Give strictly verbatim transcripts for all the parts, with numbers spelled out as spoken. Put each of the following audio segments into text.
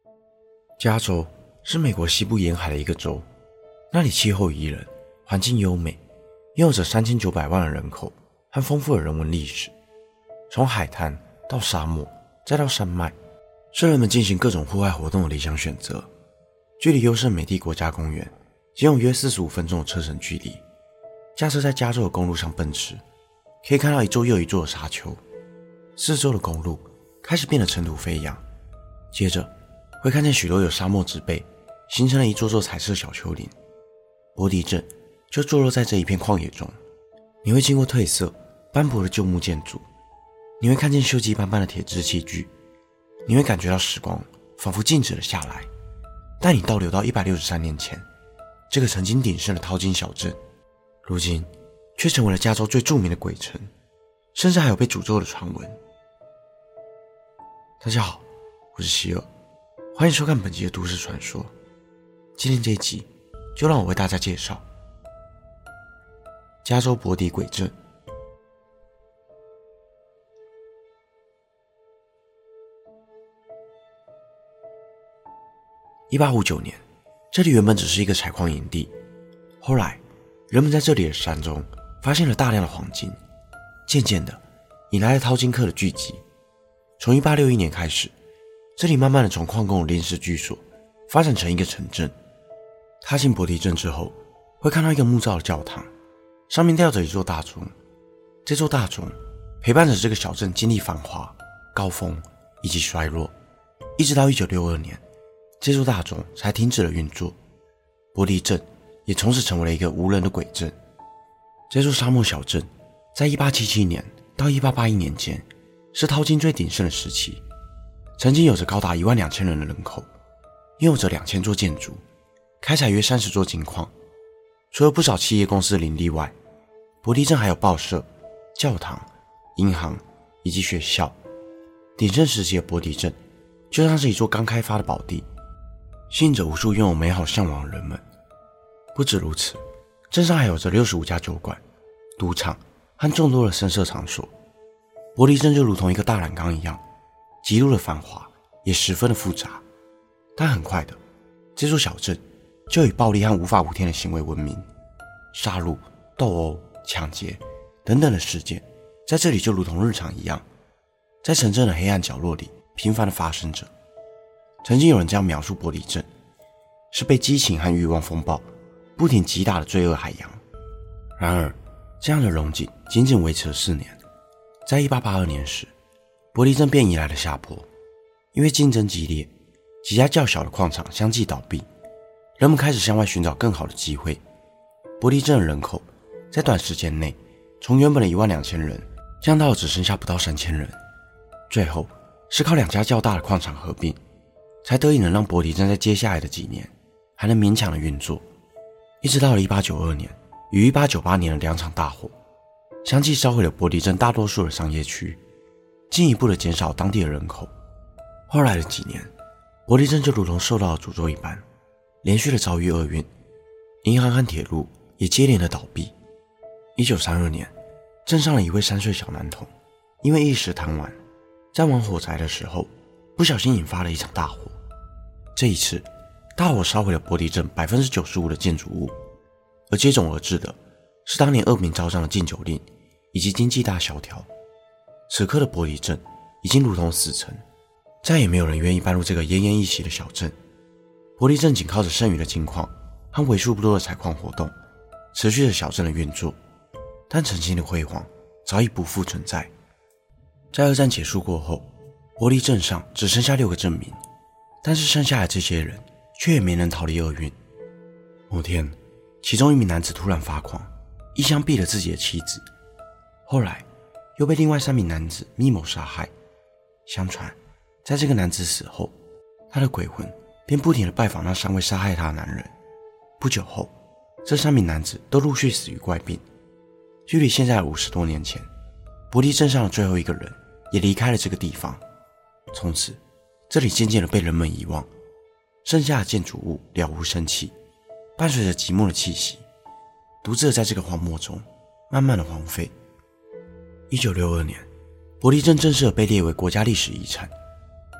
加州是美国西部沿海的一个州，那里气候宜人，环境优美，拥有着三千九百万的人口和丰富的人文历史。从海滩到沙漠再到山脉，是人们进行各种户外活动的理想选择。距离优胜美地国家公园仅有约四十五分钟的车程距离。驾车在加州的公路上奔驰，可以看到一座又一座的沙丘，四周的公路开始变得尘土飞扬，接着会看见许多有沙漠植被形成了一座座彩色小丘陵。伯迪镇就坐落在这一片旷野中，你会经过褪色斑驳的旧木建筑，你会看见锈迹斑斑的铁制器具，你会感觉到时光仿佛静止了下来，带你倒流到一百六十三年前，这个曾经鼎盛的淘金小镇，如今却成为了加州最著名的鬼城，甚至还有被诅咒的传闻。大家好，我是希尔，欢迎收看本集的都市传说。今天这一集就让我为大家介绍加州伯迪鬼镇。一八五九年，这里原本只是一个采矿营地，后来人们在这里的山中发现了大量的黄金，渐渐的引来了淘金客的聚集。从一八六一年开始，这里慢慢的从矿工的临时居所发展成一个城镇。踏进伯迪镇之后，会看到一个木造的教堂，上面吊着一座大钟。这座大钟陪伴着这个小镇经历繁华、高峰以及衰落，一直到一九六二年，这座大钟才停止了运作。伯迪镇也从此成为了一个无人的鬼镇。这座沙漠小镇在一八七七年到一八八一年间是淘金最鼎盛的时期，曾经有着高达一万两千人的人口，拥有着两千座建筑，开采约三十座金矿。除了不少企业公司的林立外，伯迪镇还有报社、教堂、银行以及学校。鼎盛时期的伯迪镇就像是一座刚开发的宝地，吸引着无数拥有美好向往的人们。不止如此，镇上还有着六十五家酒馆、赌场和众多的声色场所。伯迪镇就如同一个大染缸一样，极度的繁华，也十分的复杂。但很快的，这座小镇就以暴力和无法无天的行为闻名，杀戮、斗殴、抢劫等等的事件在这里就如同日常一样，在城镇的黑暗角落里频繁的发生着。曾经有人这样描述伯迪镇，是被激情和欲望风暴不停击打的罪恶海洋。然而这样的荣景仅仅维持了四年，在一八八二年时，伯迪镇便迎来了下坡。因为竞争激烈，几家较小的矿场相继倒闭，人们开始向外寻找更好的机会。伯迪镇的人口在短时间内从原本的一万两千人降到了只剩下不到三千人。最后是靠两家较大的矿场合并，才得以能让伯迪镇在接下来的几年还能勉强的运作。一直到了一八九二年与一八九八年的两场大火，相继烧毁了伯迪镇大多数的商业区，进一步的减少当地的人口。后来的几年，伯迪镇就如同受到了诅咒一般，连续的遭遇厄运，银行和铁路也接连的倒闭。一九三二年，镇上的一位三岁小男童因为一时贪玩，在玩火柴的时候不小心引发了一场大火。这一次大火烧毁了伯迪镇 百分之九十五 的建筑物，而接踵而至的是当年恶名昭彰的禁酒令以及经济大萧条。此刻的伯迪镇已经如同死城，再也没有人愿意搬入这个奄奄一息的小镇。伯迪镇仅靠着剩余的金矿和为数不多的采矿活动持续着小镇的运作，但曾经的辉煌早已不复存在。在二战结束过后，伯迪镇上只剩下六个镇民，但是剩下的这些人却也没能逃离厄运。某天，其中一名男子突然发狂，一枪毙了自己的妻子，后来又被另外三名男子密谋杀害。相传在这个男子死后，他的鬼魂便不停地拜访那三位杀害他的男人。不久后，这三名男子都陆续死于怪病。距离现在五十多年前，伯迪镇上的最后一个人也离开了这个地方。从此这里渐渐地被人们遗忘，剩下的建筑物了无生气，伴随着寂寞的气息，独自在这个荒漠中慢慢的荒废。一九六二年，伯迪镇正式被列为国家历史遗产。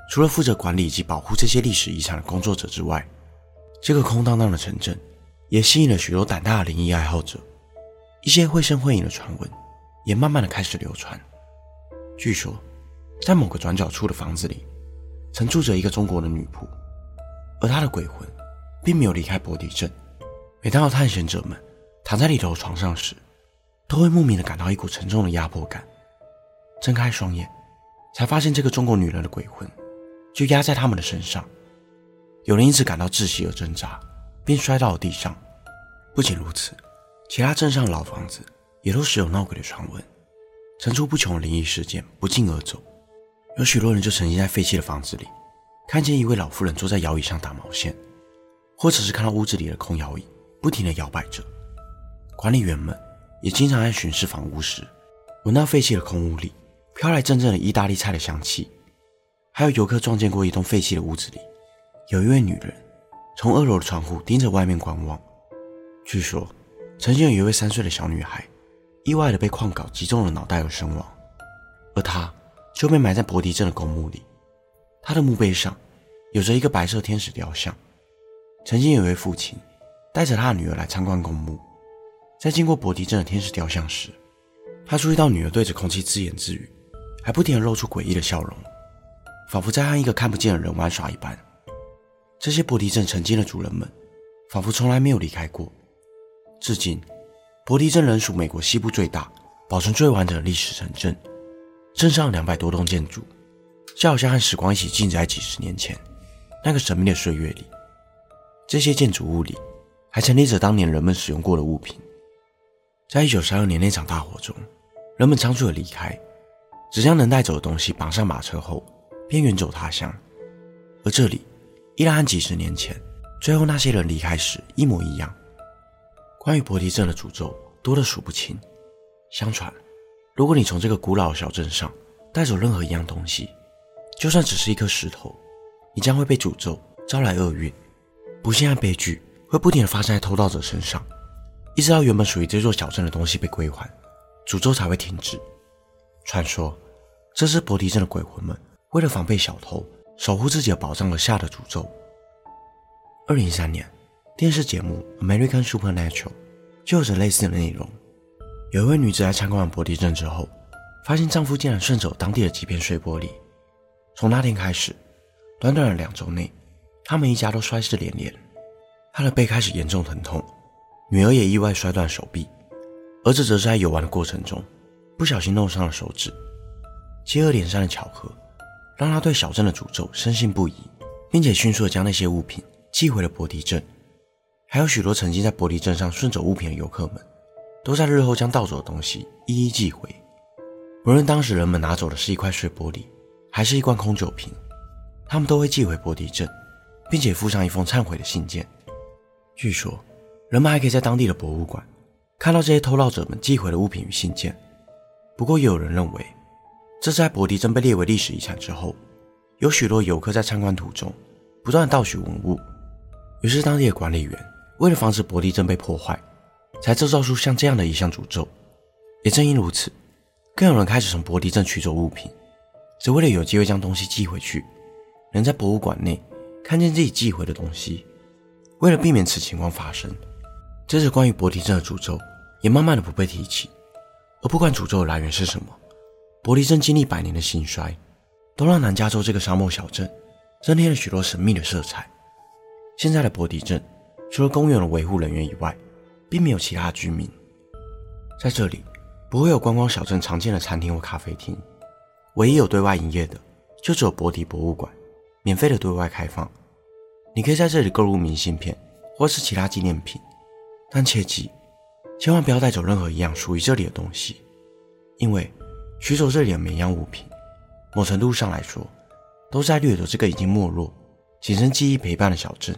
除了负责管理以及保护这些历史遗产的工作者之外，这个空荡荡的城镇也吸引了许多胆大的灵异爱好者。一些绘声绘影的传闻也慢慢的开始流传。据说在某个转角处的房子里曾住着一个中国的女仆，而她的鬼魂并没有离开伯迪镇。每当有探险者们躺在里头的床上时，都会莫名的感到一股沉重的压迫感。睁开双眼，才发现这个中国女人的鬼魂就压在他们的身上。有人因此感到窒息而挣扎，并摔到了地上。不仅如此，其他镇上的老房子也都时有闹鬼的传闻，层出不穷的灵异事件不胫而走。有许多人就曾经在废弃的房子里看见一位老妇人坐在摇椅上打毛线，或者是看到屋子里的空摇椅不停地摇摆着。管理员们也经常在巡视房屋时，闻到废弃的空屋里飘来阵阵的意大利菜的香气。还有游客撞见过一栋废弃的屋子里，有一位女人从二楼的窗户盯着外面观望。据说曾经有一位三岁的小女孩意外地被矿镐击中了脑袋而身亡，而她就被埋在伯迪镇的公墓里。她的墓碑上有着一个白色天使雕像。曾经有一位父亲带着他的女儿来参观公墓，在经过伯迪镇的天使雕像时，他注意到女儿对着空气自言自语，还不停地露出诡异的笑容，仿佛在和一个看不见的人玩耍一般。这些伯迪镇曾经的主人们仿佛从来没有离开过。至今，伯迪镇仍属美国西部最大、保存最完整的历史城镇，镇上两百多栋建筑，就好像和时光一起静止在几十年前那个神秘的岁月里。这些建筑物里还陈列着当年人们使用过的物品。在一九三二年那场大火中，人们仓促地离开，只将能带走的东西绑上马车后便远走他乡。而这里依然和几十年前最后那些人离开时一模一样。关于伯迪镇的诅咒多得数不清。相传，如果你从这个古老的小镇上带走任何一样东西，就算只是一颗石头，你将会被诅咒，招来厄运。不幸和悲剧会不停地发生在偷盗者身上，一直到原本属于这座小镇的东西被归还，诅咒才会停止。传说这是伯迪镇的鬼魂们为了防备小偷，守护自己的宝藏而下的诅咒。二零一三年，电视节目 American Supernatural 就有着类似的内容。有一位女子在参观完伯迪镇之后，发现丈夫竟然顺走当地的几片碎玻璃。从那天开始，短短的两周内，他们一家都衰势连连。她的背开始严重疼痛，女儿也意外摔断手臂，儿子则是在游玩的过程中不小心弄伤了手指。接二连三的巧合让他对小镇的诅咒深信不疑，并且迅速地将那些物品寄回了伯迪镇。还有许多曾经在伯迪镇上顺走物品的游客们，都在日后将盗走的东西一一寄回。无论当时人们拿走的是一块碎玻璃还是一罐空酒瓶，他们都会寄回伯迪镇，并且附上一封忏悔的信件。据说人们还可以在当地的博物馆看到这些偷盗者们寄回的物品与信件。不过也有人认为，这是在伯迪镇被列为历史遗产之后，有许多游客在参观途中不断地盗取文物，于是当地的管理员为了防止伯迪镇被破坏，才制造出像这样的一项诅咒。也正因如此，更有人开始从伯迪镇取走物品，只为了有机会将东西寄回去，能在博物馆内看见自己寄回的东西。为了避免此情况发生，接着关于伯迪镇的诅咒也慢慢的不被提起。而不管诅咒的来源是什么，伯迪镇经历百年的兴衰，都让南加州这个沙漠小镇增添了许多神秘的色彩。现在的伯迪镇除了公园的维护人员以外，并没有其他的居民。在这里不会有观光小镇常见的餐厅或咖啡厅，唯一有对外营业的就只有伯迪博物馆，免费的对外开放。你可以在这里购入明信片或是其他纪念品，但切记千万不要带走任何一样属于这里的东西，因为取走这里的每一样物品，某程度上来说都在掠夺这个已经没落仅剩记忆陪伴的小镇。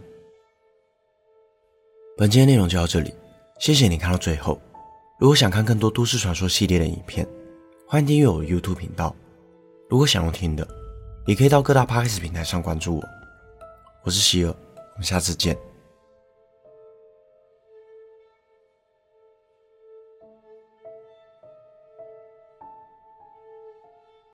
本期的内容就到这里，谢谢你看到最后。如果想看更多都市传说系列的影片，欢迎订阅我的 YouTube 频道。如果想要听的，也可以到各大 Podcast 平台上关注我。我是希尔，我们下次见。